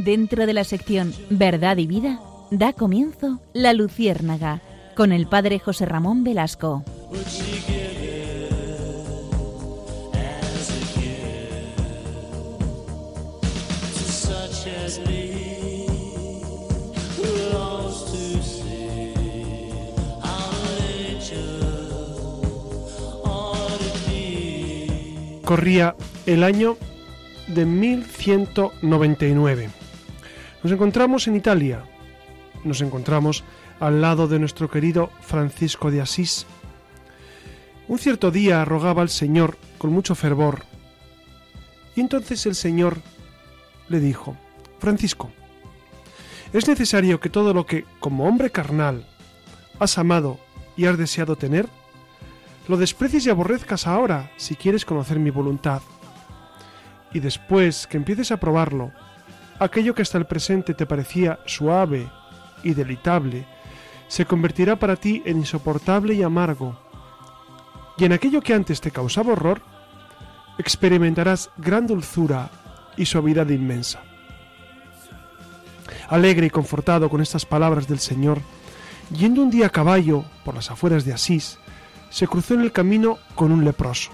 dentro de la sección Verdad y Vida, da comienzo La Luciérnaga, con el padre José Ramón Velasco. Corría el año de 1199. Nos encontramos en Italia. Nos encontramos al lado de nuestro querido Francisco de Asís. Un cierto día rogaba al Señor con mucho fervor. Y entonces el Señor le dijo: Francisco, es necesario que todo lo que, como hombre carnal, has amado y has deseado tener, lo desprecies y aborrezcas ahora si quieres conocer mi voluntad. Y después que empieces a probarlo, aquello que hasta el presente te parecía suave y deleitable, se convertirá para ti en insoportable y amargo. Y en aquello que antes te causaba horror, experimentarás gran dulzura y suavidad inmensa. Alegre y confortado con estas palabras del Señor, yendo un día a caballo por las afueras de Asís, se cruzó en el camino con un leproso.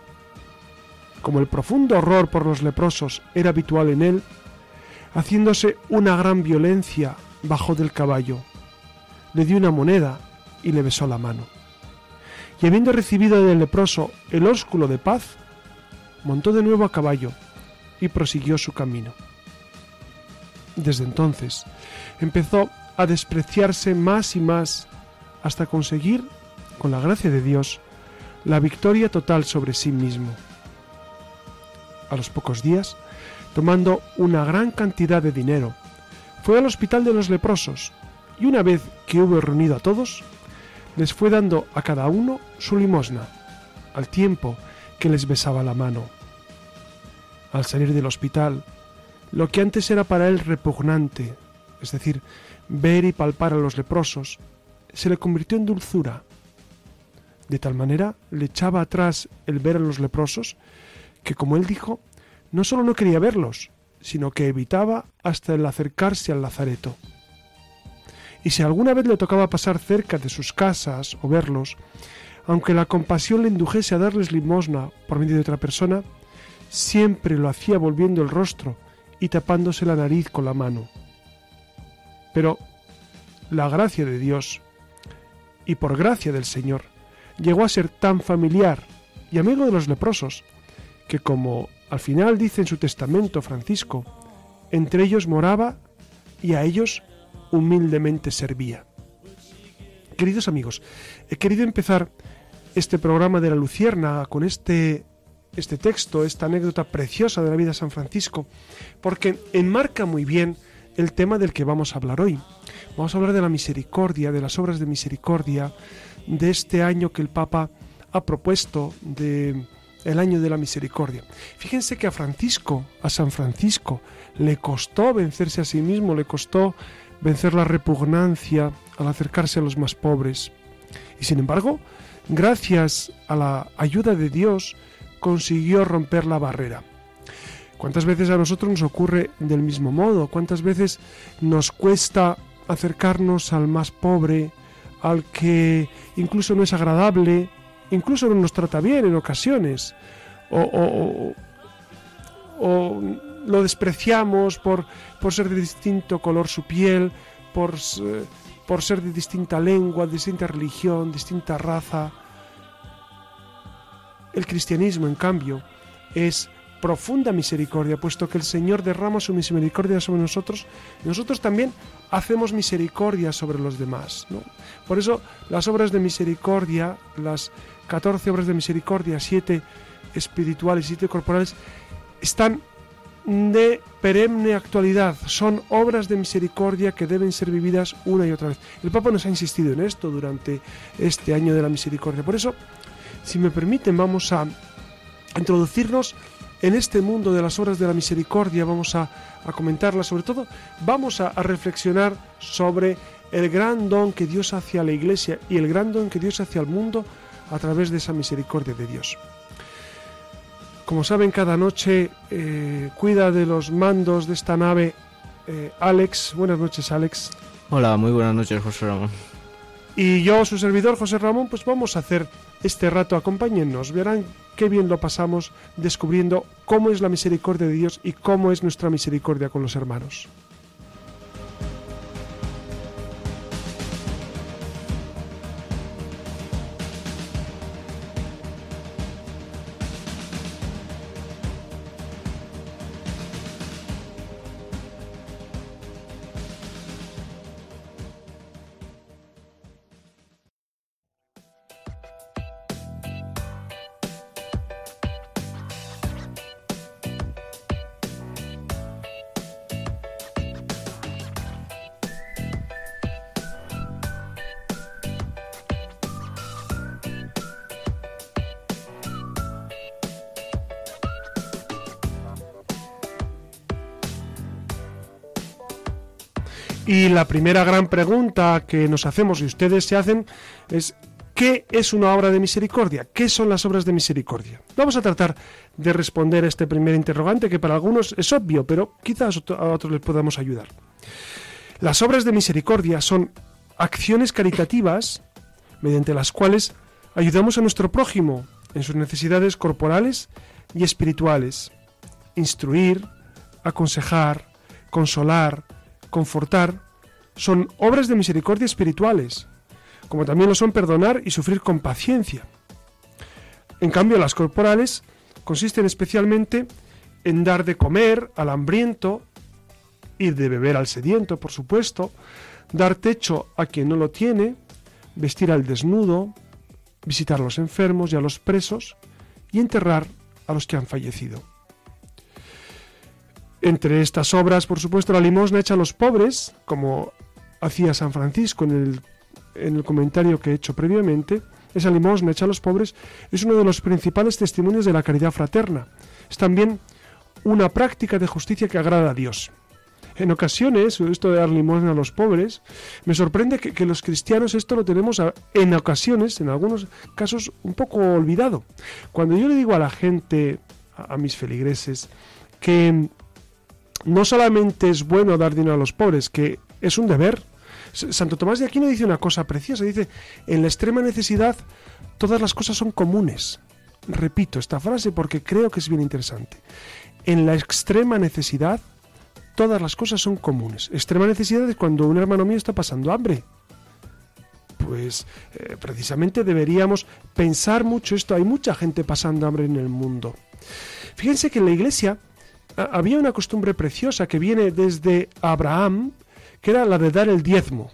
Como el profundo horror por los leprosos era habitual en él, haciéndose una gran violencia, bajó del caballo, le dio una moneda y le besó la mano. Y habiendo recibido del leproso el ósculo de paz, montó de nuevo a caballo y prosiguió su camino. Desde entonces empezó a despreciarse más y más hasta conseguir, con la gracia de Dios, la victoria total sobre sí mismo. A los pocos días, tomando una gran cantidad de dinero, fue al hospital de los leprosos y una vez que hubo reunido a todos, les fue dando a cada uno su limosna, al tiempo que les besaba la mano. Al salir del hospital, lo que antes era para él repugnante, es decir, ver y palpar a los leprosos, se le convirtió en dulzura. De tal manera le echaba atrás el ver a los leprosos, que, como él dijo, no solo no quería verlos, sino que evitaba hasta el acercarse al lazareto. Y si alguna vez le tocaba pasar cerca de sus casas o verlos, aunque la compasión le indujese a darles limosna por medio de otra persona, siempre lo hacía volviendo el rostro y tapándose la nariz con la mano. Pero la gracia de Dios, y por gracia del Señor, llegó a ser tan familiar y amigo de los leprosos, que, como al final dice en su testamento Francisco, entre ellos moraba y a ellos humildemente servía. Queridos amigos, he querido empezar este programa de la Luciérnaga con este texto, esta anécdota preciosa de la vida de San Francisco, porque enmarca muy bien el tema del que vamos a hablar hoy. Vamos a hablar de la misericordia, de las obras de misericordia, de este año que el Papa ha propuesto, de el año de la misericordia. Fíjense que a San Francisco, le costó vencerse a sí mismo, le costó vencer la repugnancia al acercarse a los más pobres. Y sin embargo, gracias a la ayuda de Dios, consiguió romper la barrera. ¿Cuántas veces a nosotros nos ocurre del mismo modo? ¿Cuántas veces nos cuesta acercarnos al más pobre, al que incluso no es agradable, incluso no nos trata bien en ocasiones, o lo despreciamos por ser de distinto color su piel, por ser de distinta lengua, distinta religión, distinta raza? El cristianismo, en cambio, es profunda misericordia, puesto que el Señor derrama su misericordia sobre nosotros, y nosotros también hacemos misericordia sobre los demás, ¿no? Por eso las obras de misericordia, las 14 obras de misericordia, 7 espirituales y 7 corporales, están de perenne actualidad. Son obras de misericordia que deben ser vividas una y otra vez. El Papa nos ha insistido en esto durante este año de la misericordia. Por eso, si me permiten, vamos a introducirnos en este mundo de las obras de la misericordia, vamos a comentarlas, sobre todo vamos a reflexionar sobre el gran don que Dios hace a la Iglesia y el gran don que Dios hace al mundo a través de esa misericordia de Dios. Como saben, cada noche cuida de los mandos de esta nave Alex. Buenas noches, Alex. Hola, muy buenas noches, José Ramón. Y yo, su servidor, José Ramón, pues vamos a hacer este rato, acompáñennos, verán qué bien lo pasamos descubriendo cómo es la misericordia de Dios y cómo es nuestra misericordia con los hermanos. Y la primera gran pregunta que nos hacemos y ustedes se hacen es ¿qué es una obra de misericordia? ¿Qué son las obras de misericordia? Vamos a tratar de responder este primer interrogante que para algunos es obvio, pero quizás a otros les podamos ayudar. Las obras de misericordia son acciones caritativas mediante las cuales ayudamos a nuestro prójimo en sus necesidades corporales y espirituales. Instruir, aconsejar, consolar, confortar, son obras de misericordia espirituales, como también lo son perdonar y sufrir con paciencia. En cambio, las corporales consisten especialmente en dar de comer al hambriento y de beber al sediento, por supuesto, dar techo a quien no lo tiene, vestir al desnudo, visitar a los enfermos y a los presos y enterrar a los que han fallecido. Entre estas obras, por supuesto, la limosna hecha a los pobres, como hacía San Francisco en el comentario que he hecho previamente, esa limosna hecha a los pobres es uno de los principales testimonios de la caridad fraterna. Es también una práctica de justicia que agrada a Dios. En ocasiones, esto de dar limosna a los pobres, me sorprende que los cristianos esto lo tenemos en ocasiones, en algunos casos, un poco olvidado. Cuando yo le digo a la gente, a mis feligreses, que no solamente es bueno dar dinero a los pobres, que es un deber. Santo Tomás de Aquino dice una cosa preciosa, dice, en la extrema necesidad todas las cosas son comunes. Repito esta frase porque creo que es bien interesante. En la extrema necesidad todas las cosas son comunes. Extrema necesidad es cuando un hermano mío está pasando hambre. Pues precisamente deberíamos pensar mucho esto. Hay mucha gente pasando hambre en el mundo. Fíjense que en la Iglesia había una costumbre preciosa que viene desde Abraham, que era la de dar el diezmo.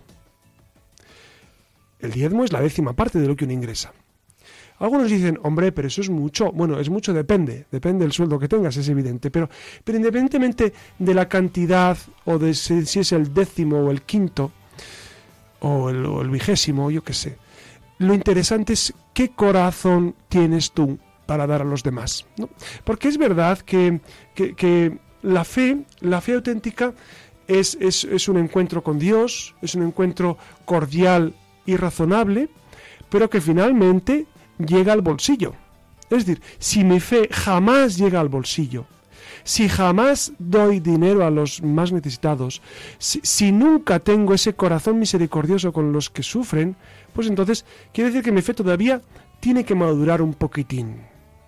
El diezmo es la 10ª parte de lo que uno ingresa. Algunos dicen, hombre, pero eso es mucho. Bueno, es mucho, depende del sueldo que tengas, es evidente. Pero independientemente de la cantidad, o de si es el 10º o el 5º, o el 20º, yo qué sé. Lo interesante es qué corazón tienes tú para dar a los demás, ¿no? Porque es verdad que la fe auténtica es un encuentro con Dios, es un encuentro cordial y razonable, pero que finalmente llega al bolsillo. Es decir, si mi fe jamás llega al bolsillo, si jamás doy dinero a los más necesitados, si nunca tengo ese corazón misericordioso con los que sufren, pues entonces quiere decir que mi fe todavía tiene que madurar un poquitín.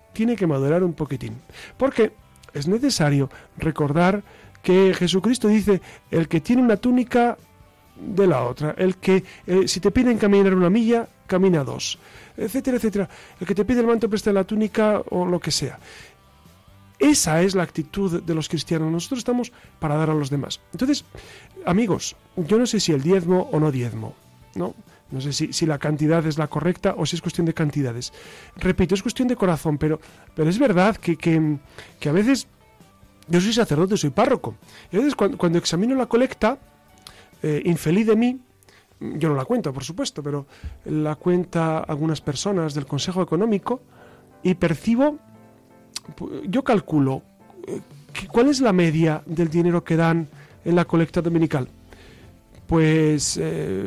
Porque es necesario recordar que Jesucristo dice, el que tiene una túnica, de la otra, el que si te piden caminar 1 milla, camina 2, etcétera, etcétera, el que te pide el manto presta la túnica o lo que sea. Esa es la actitud de los cristianos. Nosotros estamos para dar a los demás. Entonces, amigos, yo no sé si el diezmo o no diezmo, ¿no? No sé si la cantidad es la correcta o si es cuestión de cantidades. Repito, es cuestión de corazón, pero es verdad que a veces, yo soy sacerdote, soy párroco, y a veces cuando examino la colecta, infeliz de mí, yo no la cuento, por supuesto, pero la cuenta algunas personas del Consejo Económico, y percibo, yo calculo, ¿cuál es la media del dinero que dan en la colecta dominical? Pues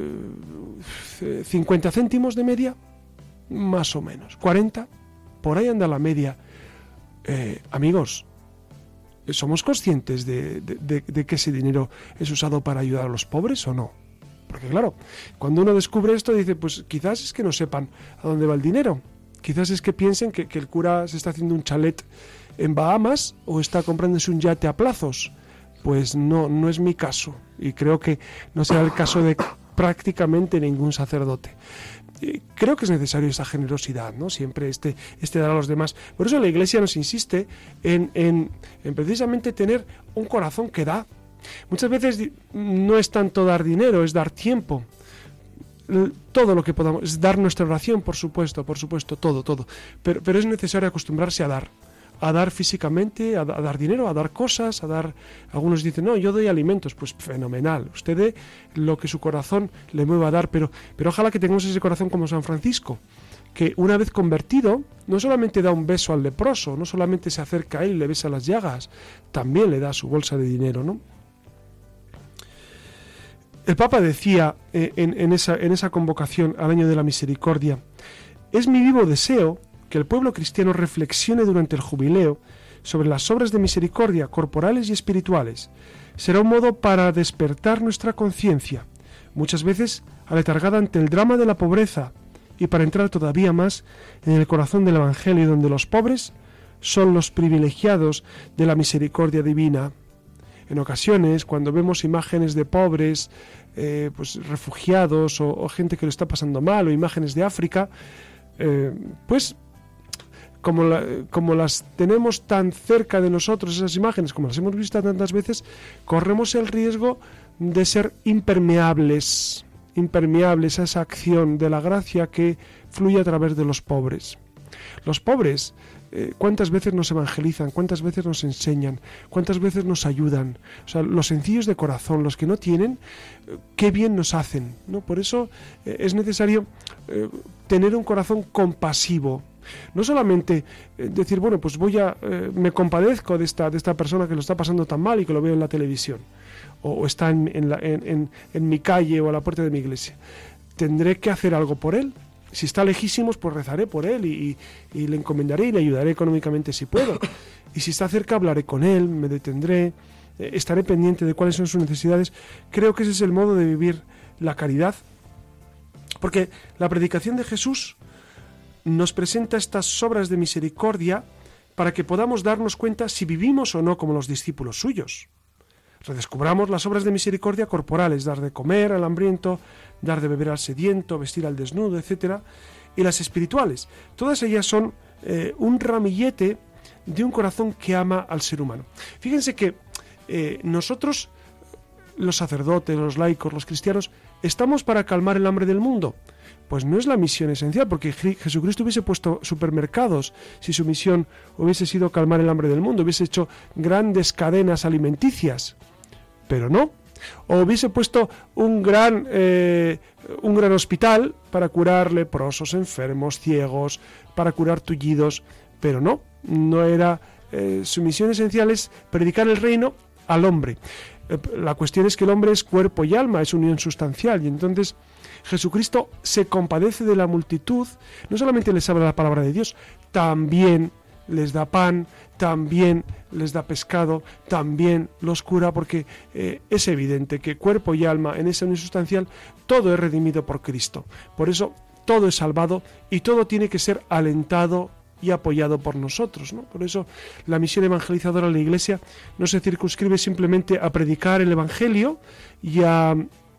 50 céntimos de media, más o menos, 40, por ahí anda la media. Amigos, ¿somos conscientes de que ese dinero es usado para ayudar a los pobres o no? Porque claro, cuando uno descubre esto dice, pues quizás es que no sepan a dónde va el dinero. Quizás es que piensen que el cura se está haciendo un chalet en Bahamas o está comprándose un yate a plazos. Pues no es mi caso, y creo que no será el caso de prácticamente ningún sacerdote. Creo que es necesario esa generosidad, ¿no? Siempre este dar a los demás. Por eso la Iglesia nos insiste en precisamente tener un corazón que da. Muchas veces no es tanto dar dinero, es dar tiempo. Todo lo que podamos, es dar nuestra oración, por supuesto, todo. Pero es necesario acostumbrarse a dar físicamente, a dar dinero, a dar cosas, a dar... Algunos dicen, no, yo doy alimentos. Pues fenomenal, usted dé lo que su corazón le mueva a dar, pero ojalá que tengamos ese corazón como San Francisco, que una vez convertido, no solamente da un beso al leproso, no solamente se acerca a él y le besa las llagas, también le da su bolsa de dinero, ¿no? El Papa decía en esa convocación al Año de la Misericordia, es mi vivo deseo que el pueblo cristiano reflexione durante el jubileo sobre las obras de misericordia corporales y espirituales. Será un modo para despertar nuestra conciencia, muchas veces aletargada ante el drama de la pobreza, y para entrar todavía más en el corazón del Evangelio, donde los pobres son los privilegiados de la misericordia divina. En ocasiones, cuando vemos imágenes de pobres, pues refugiados o gente que lo está pasando mal, o imágenes de África, pues como las tenemos tan cerca de nosotros, esas imágenes, como las hemos visto tantas veces, corremos el riesgo de ser impermeables a esa acción de la gracia que fluye a través de los pobres. Los pobres, ¿cuántas veces nos evangelizan? ¿Cuántas veces nos enseñan? ¿Cuántas veces nos ayudan? O sea, los sencillos de corazón, los que no tienen, qué bien nos hacen, ¿no? Por eso es necesario tener un corazón compasivo. No solamente decir, bueno, pues me compadezco de esta persona que lo está pasando tan mal y que lo veo en la televisión, o está en mi calle o a la puerta de mi iglesia. Tendré que hacer algo por él. Si está lejísimos, pues rezaré por él y le encomendaré y le ayudaré económicamente si puedo. Y si está cerca, hablaré con él, me detendré, estaré pendiente de cuáles son sus necesidades. Creo que ese es el modo de vivir la caridad. Porque la predicación de Jesús nos presenta estas obras de misericordia para que podamos darnos cuenta si vivimos o no como los discípulos suyos. Redescubramos las obras de misericordia corporales, dar de comer al hambriento, dar de beber al sediento, vestir al desnudo, etc. Y las espirituales, todas ellas son un ramillete de un corazón que ama al ser humano. Fíjense que nosotros, los sacerdotes, los laicos, los cristianos, ¿estamos para calmar el hambre del mundo? Pues no es la misión esencial, porque Jesucristo hubiese puesto supermercados si su misión hubiese sido calmar el hambre del mundo, hubiese hecho grandes cadenas alimenticias, pero no. O hubiese puesto un gran hospital para curar leprosos, enfermos, ciegos, para curar tullidos, pero no era su misión esencial es predicar el reino al hombre. La cuestión es que el hombre es cuerpo y alma, es unión sustancial, y entonces Jesucristo se compadece de la multitud, no solamente les habla la palabra de Dios, también les da pan, también les da pescado, también los cura, porque es evidente que cuerpo y alma en esa unión sustancial todo es redimido por Cristo. Por eso todo es salvado y todo tiene que ser alentado y apoyado por nosotros, ¿no? Por eso la misión evangelizadora de la Iglesia no se circunscribe simplemente a predicar el Evangelio y a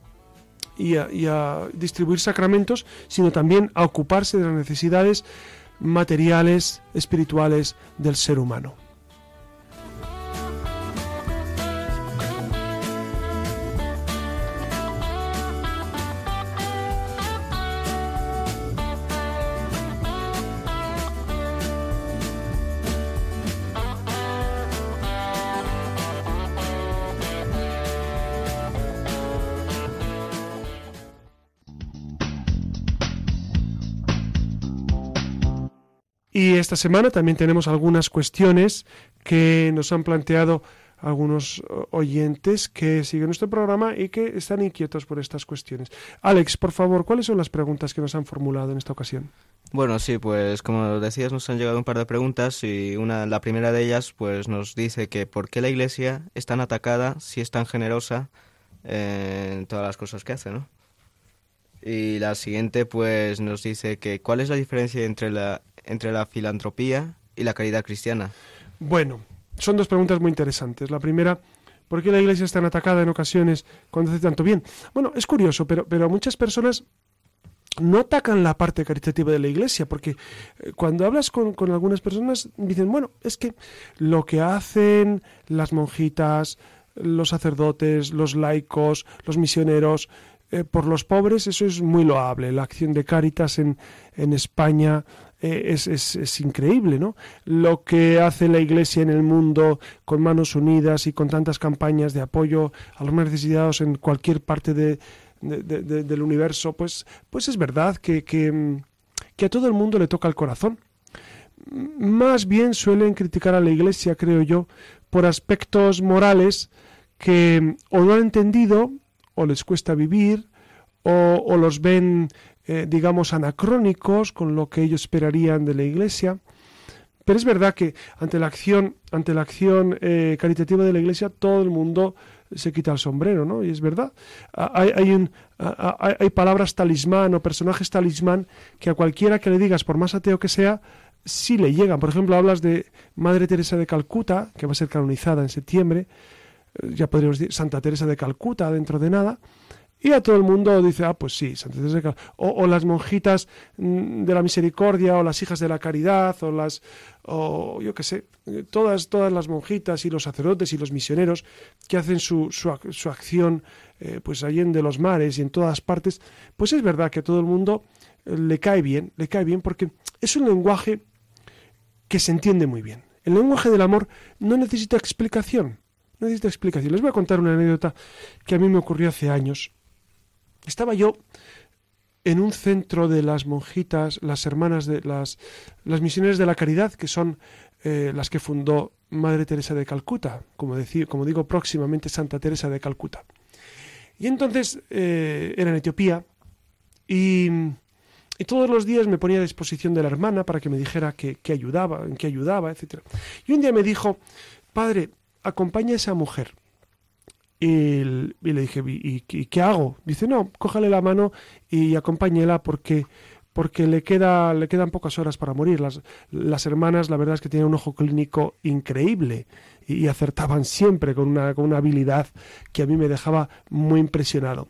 distribuir sacramentos, sino también a ocuparse de las necesidades materiales, espirituales del ser humano. Y esta semana también tenemos algunas cuestiones que nos han planteado oyentes que siguen nuestro programa y que están inquietos por estas cuestiones. Alex, por favor, ¿cuáles son las preguntas que nos han formulado en esta ocasión? Bueno, sí, pues como decías, nos han llegado un par de preguntas y la primera de ellas pues nos dice que ¿por qué la Iglesia es tan atacada si es tan generosa en todas las cosas que hace, ¿no? Y la siguiente pues nos dice que ¿cuál es la diferencia entre la filantropía y la caridad cristiana? Bueno, son dos preguntas muy interesantes. La primera, ¿por qué la Iglesia es tan atacada en ocasiones cuando hace tanto bien? Bueno, es curioso, pero muchas personas no atacan la parte caritativa de la Iglesia, porque cuando hablas con algunas personas dicen, bueno, es que lo que hacen las monjitas, los sacerdotes, los laicos, los misioneros, por los pobres, eso es muy loable. La acción de Cáritas en España es increíble, ¿no? Lo que hace la Iglesia en el mundo con Manos Unidas y con tantas campañas de apoyo a los más necesitados en cualquier parte del universo, pues es verdad que a todo el mundo le toca el corazón. Más bien suelen criticar a la Iglesia, creo yo, por aspectos morales que o no han entendido, o les cuesta vivir, o los ven, digamos, anacrónicos con lo que ellos esperarían de la Iglesia. Pero es verdad que ante la acción caritativa de la Iglesia, todo el mundo se quita el sombrero, ¿no? Y es verdad. Hay palabras talismán o personajes talismán que a cualquiera que le digas, por más ateo que sea, sí le llegan. Por ejemplo, hablas de Madre Teresa de Calcuta, que va a ser canonizada en septiembre, ya podríamos decir Santa Teresa de Calcuta dentro de nada, y a todo el mundo dice, pues sí, Santa Teresa de Calcuta, o las monjitas de la misericordia, o las hijas de la caridad, o yo qué sé, todas las monjitas y los sacerdotes y los misioneros que hacen su acción pues allende los mares y en todas partes, pues es verdad que a todo el mundo le cae bien porque es un lenguaje que se entiende muy bien. El lenguaje del amor no necesita explicación. Les voy a contar una anécdota que a mí me ocurrió hace años. Estaba yo en un centro de las monjitas, las hermanas de las misioneras de la caridad, que son las que fundó Madre Teresa de Calcuta, como digo próximamente Santa Teresa de Calcuta. Y entonces era en Etiopía y todos los días me ponía a disposición de la hermana para que me dijera en qué ayudaba, etc. Y un día me dijo, padre, acompaña a esa mujer. Y le dije, ¿y qué hago? Dice, no, cójale la mano y acompáñela porque le quedan pocas horas para morir. Las hermanas, la verdad es que tienen un ojo clínico increíble y acertaban siempre con una habilidad que a mí me dejaba muy impresionado.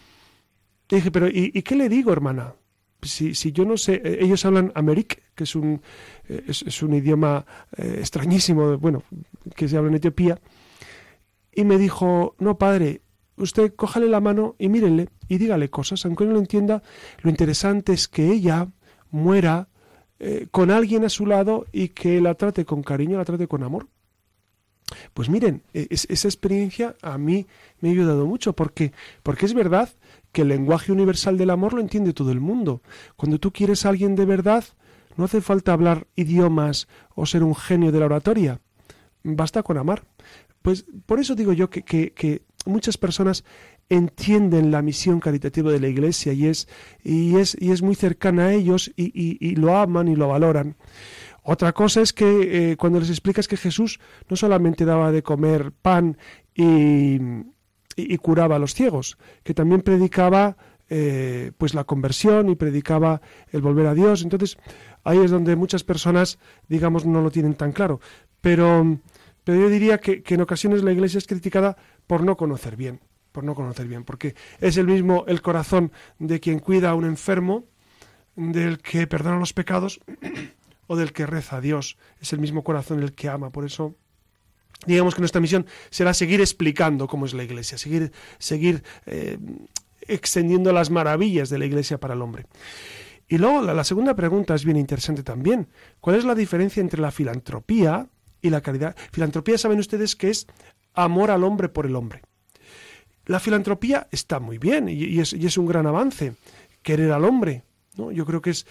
Y dije, pero ¿y qué le digo, hermana? Si yo no sé, ellos hablan Amharic, que es un idioma extrañísimo, que se habla en Etiopía. Y me dijo, no, padre, usted cójale la mano y mírenle y dígale cosas, aunque no lo entienda. Lo interesante es que ella muera con alguien a su lado y que la trate con cariño, la trate con amor. Pues miren, esa experiencia a mí me ha ayudado mucho porque es verdad que el lenguaje universal del amor lo entiende todo el mundo. Cuando tú quieres a alguien de verdad, no hace falta hablar idiomas o ser un genio de la oratoria. Basta con amar. Pues por eso digo yo que muchas personas entienden la misión caritativa de la Iglesia y es muy cercana a ellos y lo aman y lo valoran. Otra cosa es que cuando les explicas que Jesús no solamente daba de comer pan y curaba a los ciegos, que también predicaba pues la conversión y predicaba el volver a Dios. Entonces ahí es donde muchas personas, digamos, no lo tienen tan claro. Pero yo diría que en ocasiones la Iglesia es criticada por no conocer bien, porque es el corazón de quien cuida a un enfermo, del que perdona los pecados o del que reza a Dios. Es el mismo corazón el que ama. Por eso, digamos que nuestra misión será seguir explicando cómo es la Iglesia, seguir extendiendo las maravillas de la Iglesia para el hombre. Y luego la segunda pregunta es bien interesante también. ¿Cuál es la diferencia entre la filantropía y la caridad? Filantropía, saben ustedes que es amor al hombre por el hombre. La filantropía está muy bien y es un gran avance, querer al hombre, ¿no? Yo creo que es...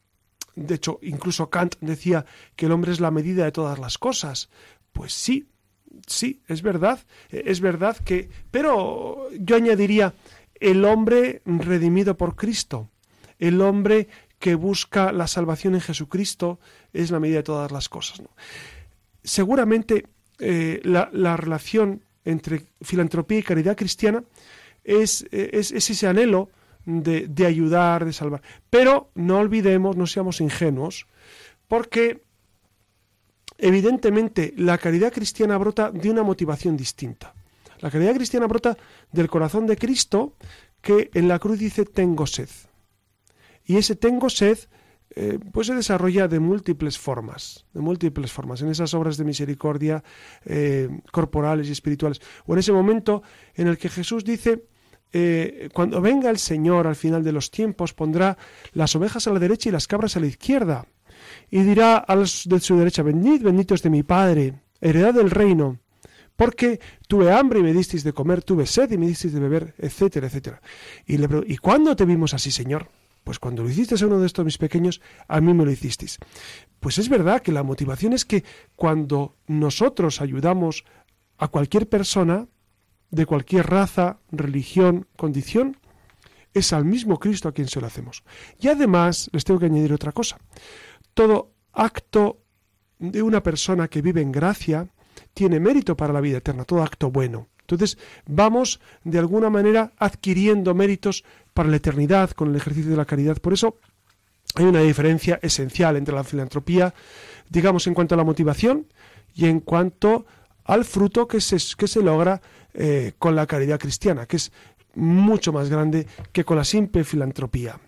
de hecho, incluso Kant decía que el hombre es la medida de todas las cosas. Pues sí, Sí, es verdad que... Pero yo añadiría, el hombre redimido por Cristo, el hombre que busca la salvación en Jesucristo, es la medida de todas las cosas, ¿no? Seguramente la relación entre filantropía y caridad cristiana es ese anhelo de ayudar, de salvar. Pero no olvidemos, no seamos ingenuos, porque evidentemente la caridad cristiana brota de una motivación distinta. La caridad cristiana brota del corazón de Cristo, que en la cruz dice tengo sed. Y ese tengo sed pues se desarrolla de múltiples formas, en esas obras de misericordia corporales y espirituales. O en ese momento en el que Jesús dice, cuando venga el Señor al final de los tiempos, pondrá las ovejas a la derecha y las cabras a la izquierda. Y dirá a los de su derecha, venid, benditos de mi Padre, heredad del reino, porque tuve hambre y me disteis de comer, tuve sed y me disteis de beber, etcétera, etcétera. ¿Y cuándo te vimos así, Señor? Pues cuando lo hicisteis a uno de estos mis pequeños, a mí me lo hicisteis. Pues es verdad que la motivación es que cuando nosotros ayudamos a cualquier persona, de cualquier raza, religión, condición, es al mismo Cristo a quien se lo hacemos. Y además, les tengo que añadir otra cosa. Todo acto de una persona que vive en gracia tiene mérito para la vida eterna, todo acto bueno. Entonces vamos de alguna manera adquiriendo méritos para la eternidad con el ejercicio de la caridad. Por eso hay una diferencia esencial entre la filantropía, digamos, en cuanto a la motivación y en cuanto al fruto que se logra con la caridad cristiana, que es mucho más grande que con la simple filantropía.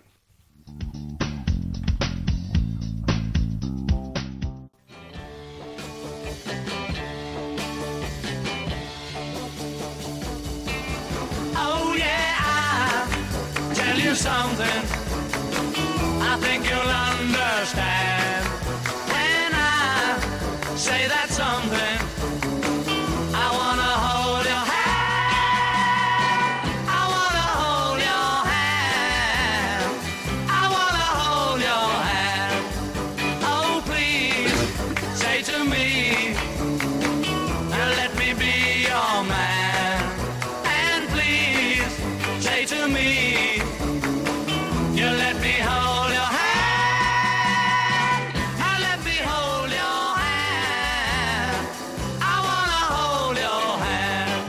Something I think you'll understand when I say that something. I wanna hold your hand. I wanna hold your hand. I wanna hold your hand. Oh, please say to me, let me be your man. And please say to me, you let me hold your hand. I let me hold your hand. I wanna hold your hand.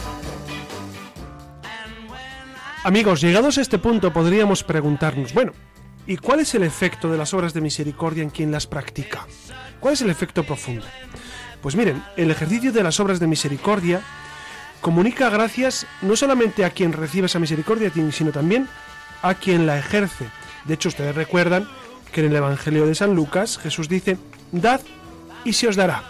And when Amigos, llegados a este punto podríamos preguntarnos, bueno, ¿y cuál es el efecto de las obras de misericordia en quien las practica? ¿Cuál es el efecto profundo? Pues miren, el ejercicio de las obras de misericordia comunica gracias no solamente a quien recibe esa misericordia, sino también a quien la ejerce. De hecho, ustedes recuerdan que en el Evangelio de San Lucas Jesús dice, dad y se os dará.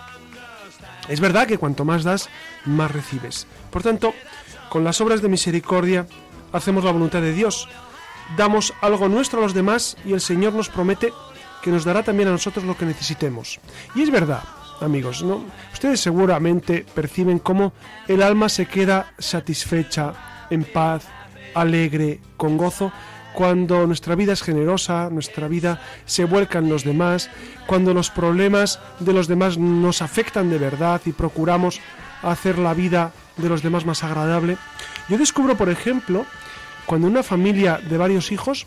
Es verdad que cuanto más das, más recibes. Por tanto, con las obras de misericordia hacemos la voluntad de Dios, damos algo nuestro a los demás y el Señor nos promete que nos dará también a nosotros lo que necesitemos. Y es verdad, amigos, ¿no? Ustedes seguramente perciben cómo el alma se queda satisfecha, en paz, alegre, con gozo, cuando nuestra vida es generosa, nuestra vida se vuelca en los demás, cuando los problemas de los demás nos afectan de verdad y procuramos hacer la vida de los demás más agradable. Yo descubro, por ejemplo, cuando una familia de varios hijos,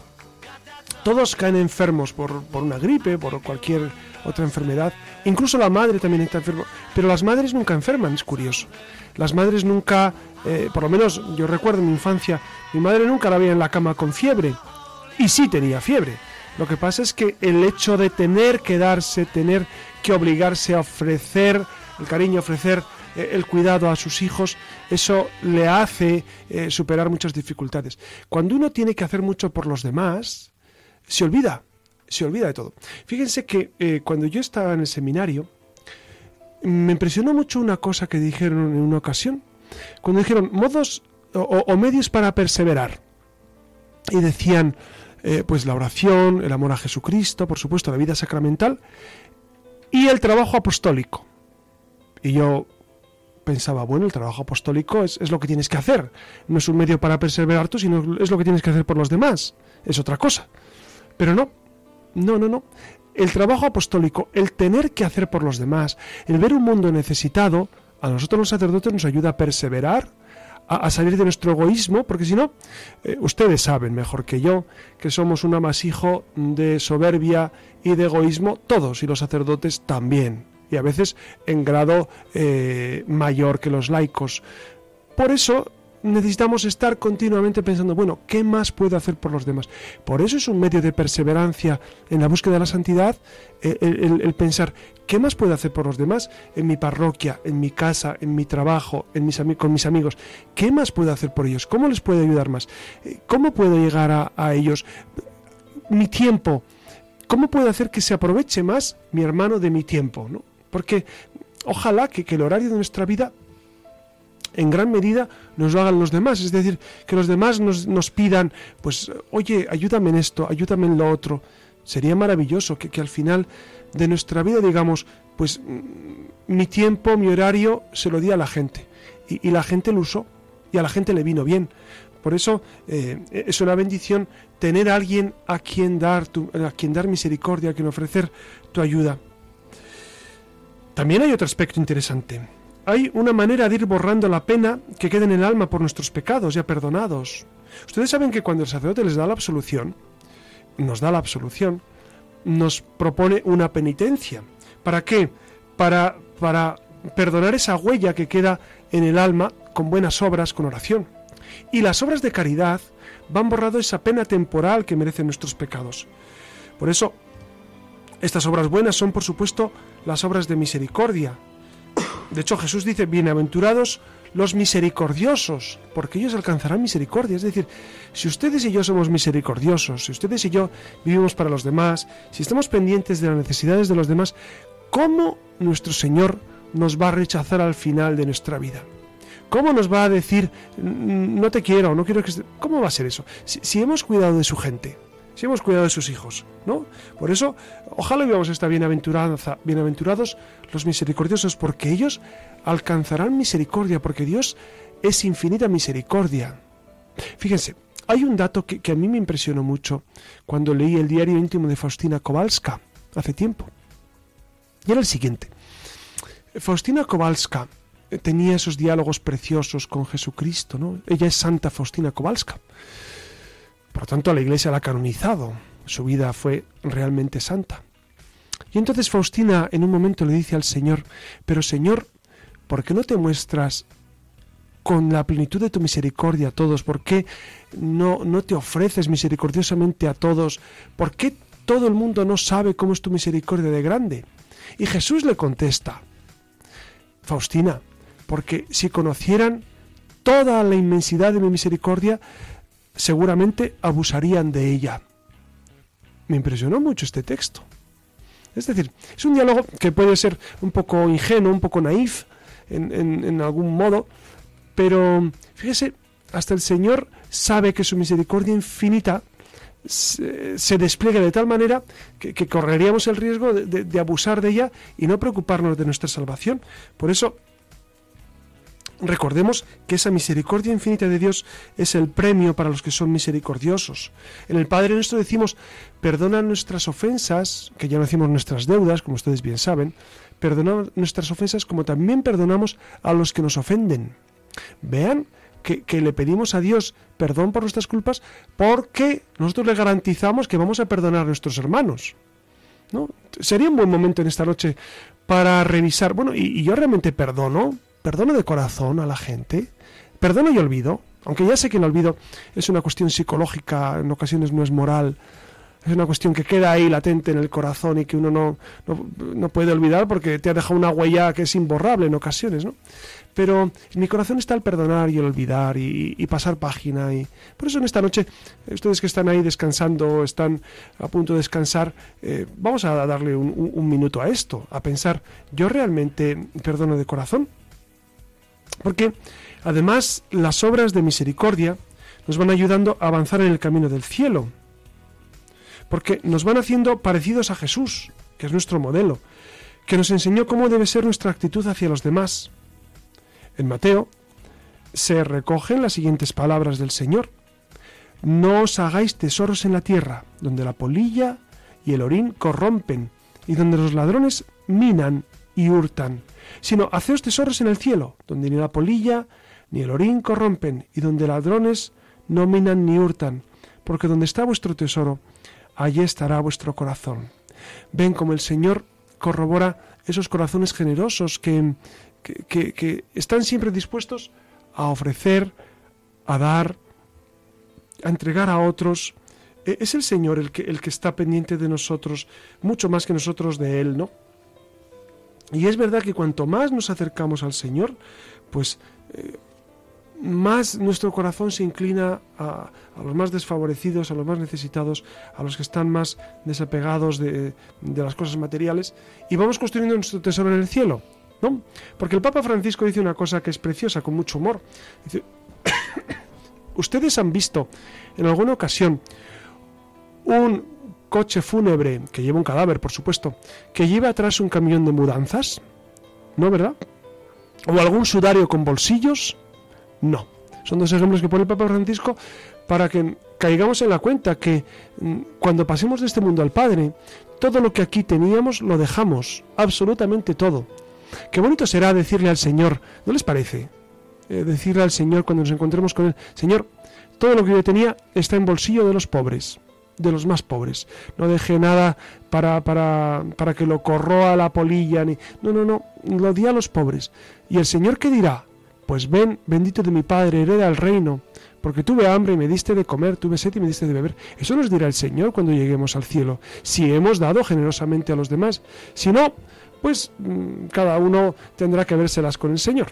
todos caen enfermos por una gripe, por cualquier otra enfermedad, incluso la madre también está enferma, pero las madres nunca enferman, es curioso. Las madres nunca, por lo menos yo recuerdo en mi infancia, mi madre nunca la veía en la cama con fiebre, y sí tenía fiebre. Lo que pasa es que el hecho de tener que darse, tener que obligarse a ofrecer el cariño, ofrecer el cuidado a sus hijos, eso le hace superar muchas dificultades. Cuando uno tiene que hacer mucho por los demás, se olvida de todo. Fíjense que cuando yo estaba en el seminario, me impresionó mucho una cosa que dijeron en una ocasión, cuando dijeron modos o medios para perseverar. Y decían, pues la oración, el amor a Jesucristo, por supuesto, la vida sacramental y el trabajo apostólico. Y yo pensaba, bueno, el trabajo apostólico es lo que tienes que hacer. No es un medio para perseverar tú, sino es lo que tienes que hacer por los demás. Es otra cosa. Pero no. El trabajo apostólico, el tener que hacer por los demás, el ver un mundo necesitado, a nosotros los sacerdotes nos ayuda a perseverar, a salir de nuestro egoísmo, porque si no, ustedes saben mejor que yo que somos un amasijo de soberbia y de egoísmo, todos, y los sacerdotes también, y a veces en grado mayor que los laicos. Por eso necesitamos estar continuamente pensando, bueno, ¿qué más puedo hacer por los demás? Por eso es un medio de perseverancia en la búsqueda de la santidad, el pensar, ¿qué más puedo hacer por los demás? En mi parroquia, en mi casa, en mi trabajo, con mis amigos. ¿Qué más puedo hacer por ellos? ¿Cómo les puedo ayudar más? ¿Cómo puedo llegar a ellos? Mi tiempo. ¿Cómo puedo hacer que se aproveche más mi hermano de mi tiempo, ¿no? Porque ojalá que el horario de nuestra vida en gran medida nos lo hagan los demás, es decir, que los demás nos pidan, pues, oye, ayúdame en esto, ayúdame en lo otro. Sería maravilloso que al final de nuestra vida digamos, pues, mi tiempo, mi horario, se lo di a la gente, y la gente lo usó, y a la gente le vino bien. Por eso es una bendición tener a alguien a quien dar misericordia, a quien ofrecer tu ayuda. También hay otro aspecto interesante. Hay una manera de ir borrando la pena que queda en el alma por nuestros pecados ya perdonados. Ustedes saben que cuando el sacerdote nos da la absolución, nos propone una penitencia. ¿Para qué? Para perdonar esa huella que queda en el alma con buenas obras, con oración. Y las obras de caridad van borrando esa pena temporal que merecen nuestros pecados. Por eso, estas obras buenas son, por supuesto, las obras de misericordia. De hecho, Jesús dice, bienaventurados los misericordiosos, porque ellos alcanzarán misericordia. Es decir, si ustedes y yo somos misericordiosos, si ustedes y yo vivimos para los demás, si estamos pendientes de las necesidades de los demás, ¿cómo nuestro Señor nos va a rechazar al final de nuestra vida? ¿Cómo nos va a decir, no te quiero, no quiero que... ¿Cómo va a ser eso? Si hemos cuidado de su gente, si hemos cuidado de sus hijos, ¿no? Por eso, ojalá vivamos esta bienaventuranza, bienaventurados los misericordiosos, porque ellos alcanzarán misericordia, porque Dios es infinita misericordia. Fíjense, hay un dato que a mí me impresionó mucho cuando leí el diario íntimo de Faustina Kowalska hace tiempo. Y era el siguiente. Faustina Kowalska tenía esos diálogos preciosos con Jesucristo, ¿no? Ella es Santa Faustina Kowalska. Por lo tanto, la Iglesia la ha canonizado. Su vida fue realmente santa. Y entonces Faustina en un momento le dice al Señor, pero Señor, ¿por qué no te muestras con la plenitud de tu misericordia a todos? ¿Por qué no te ofreces misericordiosamente a todos? ¿Por qué todo el mundo no sabe cómo es tu misericordia de grande? Y Jesús le contesta, Faustina, porque si conocieran toda la inmensidad de mi misericordia, seguramente abusarían de ella. Me impresionó mucho este texto. Es decir, es un diálogo que puede ser un poco ingenuo, un poco naif en algún modo, pero fíjese, hasta el Señor sabe que su misericordia infinita se despliega de tal manera que correríamos el riesgo de abusar de ella y no preocuparnos de nuestra salvación. Por eso, recordemos que esa misericordia infinita de Dios es el premio para los que son misericordiosos. En el Padre Nuestro decimos, perdona nuestras ofensas, que ya no decimos nuestras deudas, como ustedes bien saben, perdona nuestras ofensas como también perdonamos a los que nos ofenden. Vean que le pedimos a Dios perdón por nuestras culpas porque nosotros le garantizamos que vamos a perdonar a nuestros hermanos, ¿no? Sería un buen momento en esta noche para revisar, bueno, y yo realmente perdono de corazón a la gente, perdono y olvido, aunque ya sé que el olvido es una cuestión psicológica, en ocasiones no es moral, es una cuestión que queda ahí latente en el corazón y que uno no puede olvidar porque te ha dejado una huella que es imborrable en ocasiones, ¿no? Pero en mi corazón está el perdonar y el olvidar y pasar página. Y por eso en esta noche, ustedes que están ahí descansando, están a punto de descansar, vamos a darle un minuto a esto, a pensar, ¿yo realmente perdono de corazón? Porque además las obras de misericordia nos van ayudando a avanzar en el camino del cielo, porque nos van haciendo parecidos a Jesús, que es nuestro modelo, que nos enseñó cómo debe ser nuestra actitud hacia los demás. En Mateo se recogen las siguientes palabras del Señor: no os hagáis tesoros en la tierra, donde la polilla y el orín corrompen, y donde los ladrones minan y hurtan, sino haceos tesoros en el cielo, donde ni la polilla ni el orín corrompen, y donde ladrones no minan ni hurtan, porque donde está vuestro tesoro, allí estará vuestro corazón. Ven como el Señor corrobora esos corazones generosos que están siempre dispuestos a ofrecer, a dar, a entregar a otros. Es el Señor el que está pendiente de nosotros, mucho más que nosotros de Él, ¿no? Y es verdad que cuanto más nos acercamos al Señor, pues más nuestro corazón se inclina a los más desfavorecidos, a los más necesitados, a los que están más desapegados de las cosas materiales, y vamos construyendo nuestro tesoro en el cielo, ¿no? Porque el Papa Francisco dice una cosa que es preciosa, con mucho humor. Dice: ¿ustedes han visto en alguna ocasión un coche fúnebre, que lleva un cadáver, por supuesto, que lleva atrás un camión de mudanzas? ¿No, verdad? ¿O algún sudario con bolsillos? No. Son dos ejemplos que pone el Papa Francisco para que caigamos en la cuenta que cuando pasemos de este mundo al Padre, todo lo que aquí teníamos lo dejamos, absolutamente todo. Qué bonito será decirle al Señor, ¿no les parece? Decirle al Señor cuando nos encontremos con Él: Señor, todo lo que yo tenía está en bolsillo de los pobres, de los más pobres. No dejé nada para que lo corroa la polilla. No, lo di a los pobres. ¿Y el Señor qué dirá? Pues ven, bendito de mi Padre, hereda el reino, porque tuve hambre y me diste de comer, tuve sed y me diste de beber. Eso nos dirá el Señor cuando lleguemos al cielo, si hemos dado generosamente a los demás. Si no, pues cada uno tendrá que vérselas con el Señor.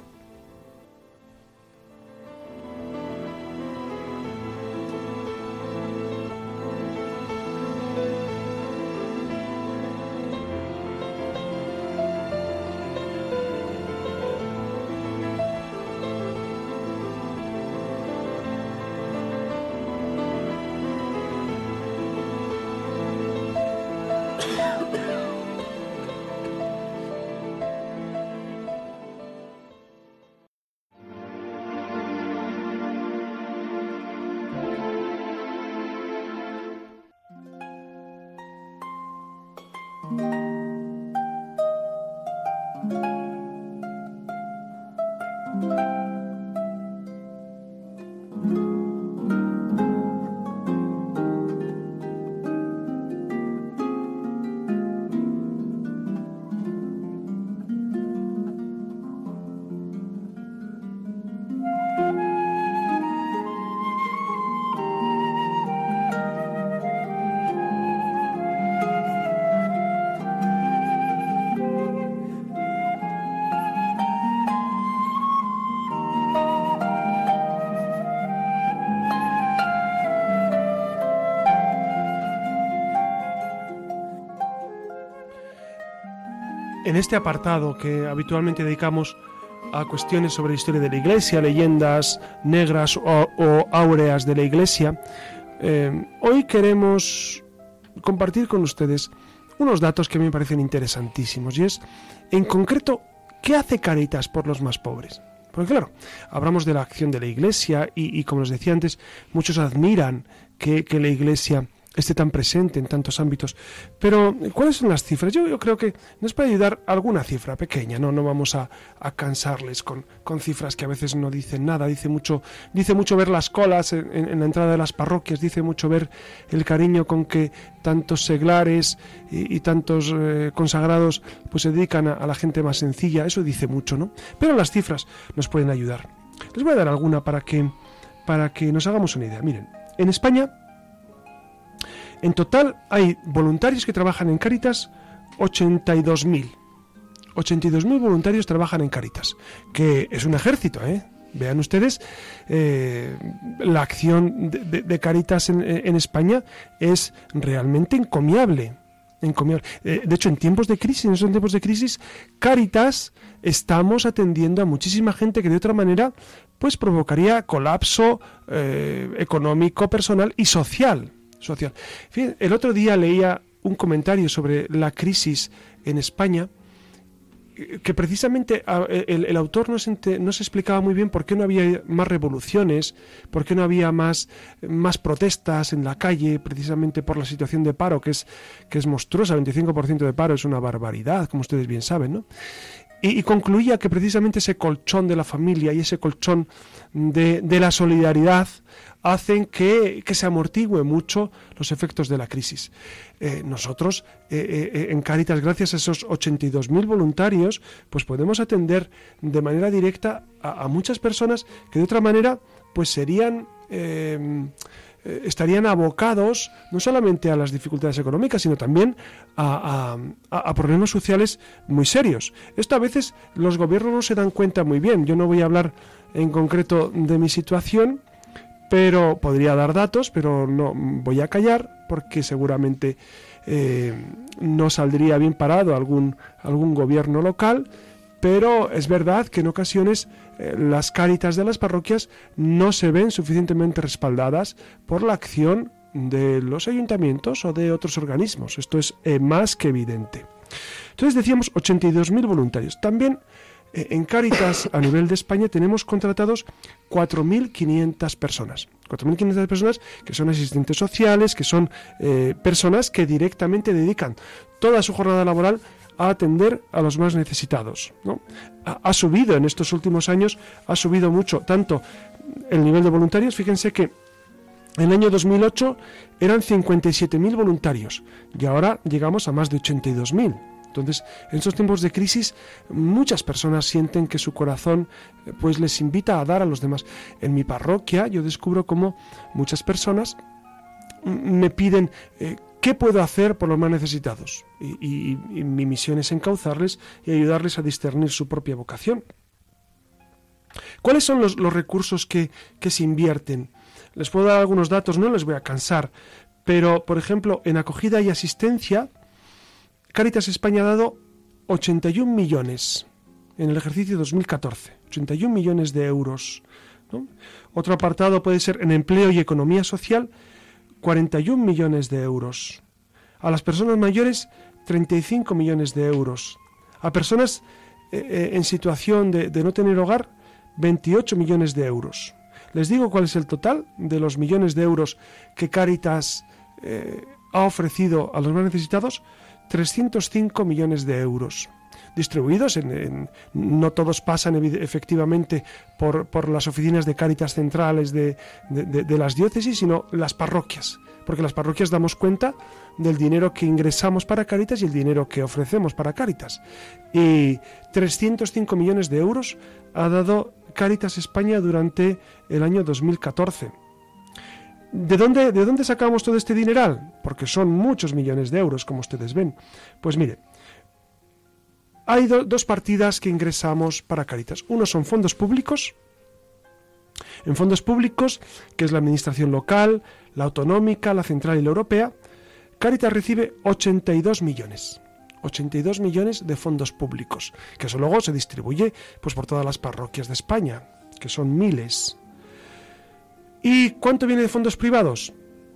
En este apartado que habitualmente dedicamos a cuestiones sobre la historia de la Iglesia, leyendas negras o áureas de la Iglesia, hoy queremos compartir con ustedes unos datos que me parecen interesantísimos, y es, en concreto, ¿qué hace Cáritas por los más pobres? Porque claro, hablamos de la acción de la Iglesia y como les decía antes, muchos admiran que la Iglesia esté tan presente en tantos ámbitos. Pero, ¿cuáles son las cifras? Yo creo que nos puede ayudar alguna cifra pequeña, no vamos a cansarles con cifras que a veces no dicen nada. Dice mucho ver las colas en la entrada de las parroquias, dice mucho ver el cariño con que tantos seglares y tantos consagrados pues se dedican a la gente más sencilla. Eso dice mucho, ¿no? Pero las cifras nos pueden ayudar. Les voy a dar alguna para que nos hagamos una idea. Miren, en España, en total hay voluntarios que trabajan en Cáritas, 82.000. 82.000 voluntarios trabajan en Cáritas, que es un ejército, ¿eh? Vean ustedes, la acción de Cáritas en España es realmente encomiable. De hecho, en tiempos de crisis, Cáritas estamos atendiendo a muchísima gente que de otra manera pues provocaría colapso económico, personal y social. Fíjense, el otro día leía un comentario sobre la crisis en España que precisamente el autor no se explicaba muy bien por qué no había más revoluciones, por qué no había más protestas en la calle, precisamente por la situación de paro, que es monstruosa. 25% de paro es una barbaridad, como ustedes bien saben, ¿no? Y concluía que precisamente ese colchón de la familia y ese colchón de la solidaridad hacen que se amortigüe mucho los efectos de la crisis. Nosotros, en Cáritas, gracias a esos 82.000 voluntarios, pues podemos atender de manera directa a muchas personas que de otra manera pues serían... estarían abocados no solamente a las dificultades económicas, sino también a problemas sociales muy serios. Esto a veces los gobiernos no se dan cuenta muy bien. Yo no voy a hablar en concreto de mi situación, pero podría dar datos, pero no voy a callar porque seguramente no saldría bien parado algún gobierno local. Pero es verdad que en ocasiones las Cáritas de las parroquias no se ven suficientemente respaldadas por la acción de los ayuntamientos o de otros organismos. Esto es más que evidente. Entonces decíamos 82.000 voluntarios. También en Cáritas a nivel de España tenemos contratados 4.500 personas. 4.500 personas que son asistentes sociales, que son personas que directamente dedican toda su jornada laboral a atender a los más necesitados, ¿no? Ha subido en estos últimos años, ha subido mucho, tanto el nivel de voluntarios. Fíjense que en el año 2008 eran 57.000 voluntarios y ahora llegamos a más de 82.000. Entonces, en estos tiempos de crisis, muchas personas sienten que su corazón pues les invita a dar a los demás. En mi parroquia yo descubro cómo muchas personas me piden ¿qué puedo hacer por los más necesitados? Y mi misión es encauzarles y ayudarles a discernir su propia vocación. ¿Cuáles son los recursos que se invierten? Les puedo dar algunos datos, no les voy a cansar, pero, por ejemplo, en acogida y asistencia, Cáritas España ha dado 81 millones en el ejercicio 2014, 81 millones de euros, ¿no? Otro apartado puede ser en empleo y economía social, 41 millones de euros. A las personas mayores, 35 millones de euros. A personas en situación de no tener hogar, 28 millones de euros. Les digo cuál es el total de los millones de euros que Cáritas ha ofrecido a los más necesitados: 305 millones de euros. Distribuidos no todos pasan efectivamente por las oficinas de Cáritas centrales de las diócesis, sino las parroquias, porque las parroquias damos cuenta del dinero que ingresamos para Cáritas y el dinero que ofrecemos para Cáritas. Y 305 millones de euros ha dado Cáritas España durante el año 2014. ¿De dónde sacamos todo este dineral? Porque son muchos millones de euros, como ustedes ven. Pues mire, hay dos partidas que ingresamos para Cáritas. Uno son fondos públicos. En fondos públicos, que es la administración local, la autonómica, la central y la europea, Cáritas recibe 82 millones. 82 millones de fondos públicos, que eso luego se distribuye pues por todas las parroquias de España, que son miles. ¿Y cuánto viene de fondos privados?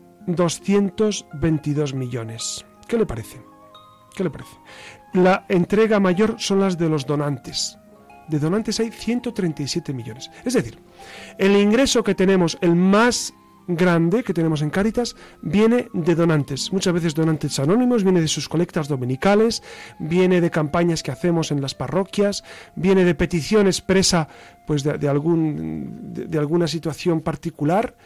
222 millones. ¿Qué le parece? ¿Qué le parece? La entrega mayor son las de los donantes. De donantes hay 137 millones. Es decir, el ingreso que tenemos, el más grande que tenemos en Cáritas, viene de donantes. Muchas veces donantes anónimos, viene de sus colectas dominicales, viene de campañas que hacemos en las parroquias, viene de petición expresa pues de alguna situación particular.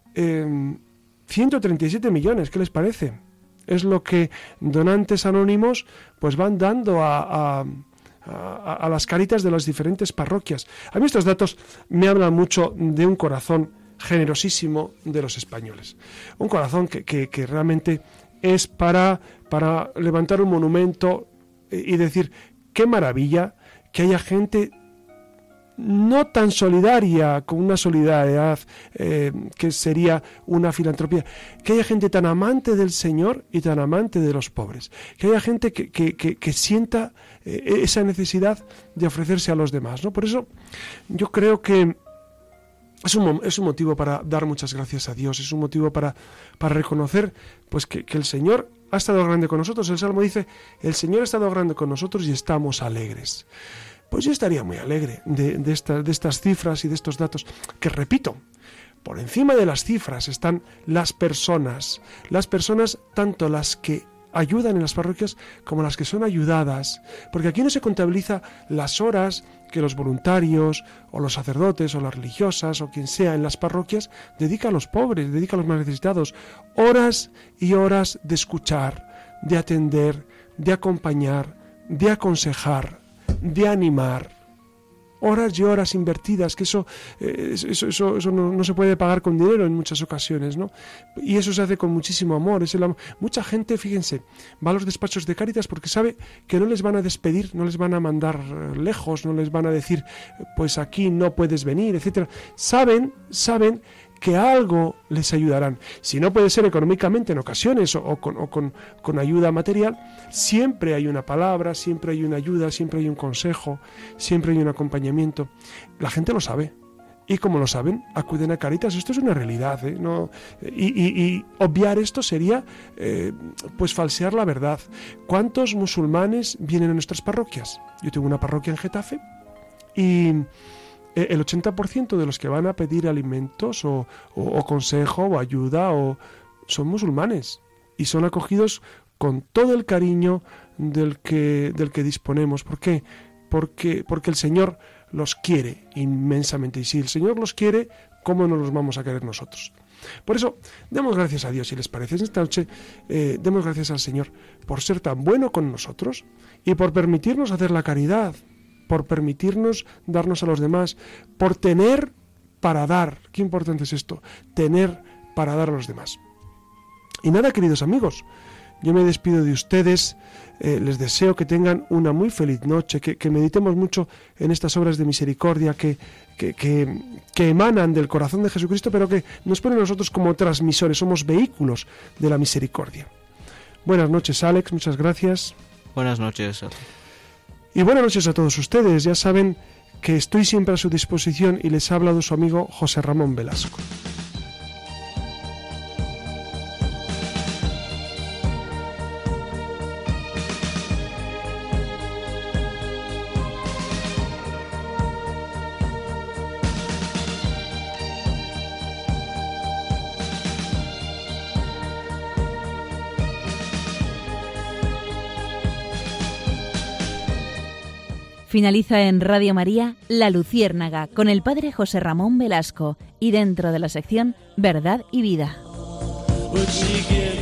137 millones, ¿qué les parece? Es lo que donantes anónimos pues van dando a las Cáritas de las diferentes parroquias. A mí estos datos me hablan mucho de un corazón generosísimo de los españoles. Un corazón que realmente es para levantar un monumento y decir, qué maravilla que haya gente no tan solidaria, con una solidaridad que sería una filantropía, que haya gente tan amante del Señor y tan amante de los pobres, que haya gente que sienta esa necesidad de ofrecerse a los demás, ¿no? Por eso yo creo que es un motivo para dar muchas gracias a Dios, es un motivo para reconocer pues que el Señor ha estado grande con nosotros. El Salmo dice, el Señor ha estado grande con nosotros y estamos alegres. Pues yo estaría muy alegre de estas cifras y de estos datos, que repito, por encima de las cifras están las personas tanto las que ayudan en las parroquias como las que son ayudadas, porque aquí no se contabiliza las horas que los voluntarios o los sacerdotes o las religiosas o quien sea en las parroquias dedica a los pobres, dedica a los más necesitados, horas y horas de escuchar, de atender, de acompañar, de aconsejar, de animar. Horas y horas invertidas, que eso no se puede pagar con dinero en muchas ocasiones, ¿no? Y eso se hace con muchísimo amor. Mucha gente, fíjense, va a los despachos de Cáritas porque sabe que no les van a despedir, no les van a mandar lejos, no les van a decir, pues aquí no puedes venir, etcétera. Saben que algo les ayudarán. Si no puede ser económicamente en ocasiones o con ayuda material, siempre hay una palabra, siempre hay una ayuda, siempre hay un consejo, siempre hay un acompañamiento. La gente lo sabe. Y como lo saben, acuden a Cáritas. Esto es una realidad, ¿eh? No, y obviar esto sería pues falsear la verdad. ¿Cuántos musulmanes vienen a nuestras parroquias? Yo tengo una parroquia en Getafe y el 80% de los que van a pedir alimentos o consejo o ayuda son musulmanes y son acogidos con todo el cariño del que disponemos. ¿Por qué? Porque el Señor los quiere inmensamente, y si el Señor los quiere, ¿cómo no los vamos a querer nosotros? Por eso, demos gracias a Dios, si les parece, esta noche demos gracias al Señor por ser tan bueno con nosotros y por permitirnos hacer la caridad, por permitirnos darnos a los demás, por tener para dar. Qué importante es esto, tener para dar a los demás. Y nada, queridos amigos, yo me despido de ustedes, les deseo que tengan una muy feliz noche, que meditemos mucho en estas obras de misericordia que emanan del corazón de Jesucristo, pero que nos ponen a nosotros como transmisores, somos vehículos de la misericordia. Buenas noches, Alex, muchas gracias. Buenas noches. Y buenas noches a todos ustedes. Ya saben que estoy siempre a su disposición y les ha hablado su amigo José Ramón Velasco. Finaliza en Radio María La Luciérnaga con el Padre José Ramón Velasco y dentro de la sección Verdad y Vida.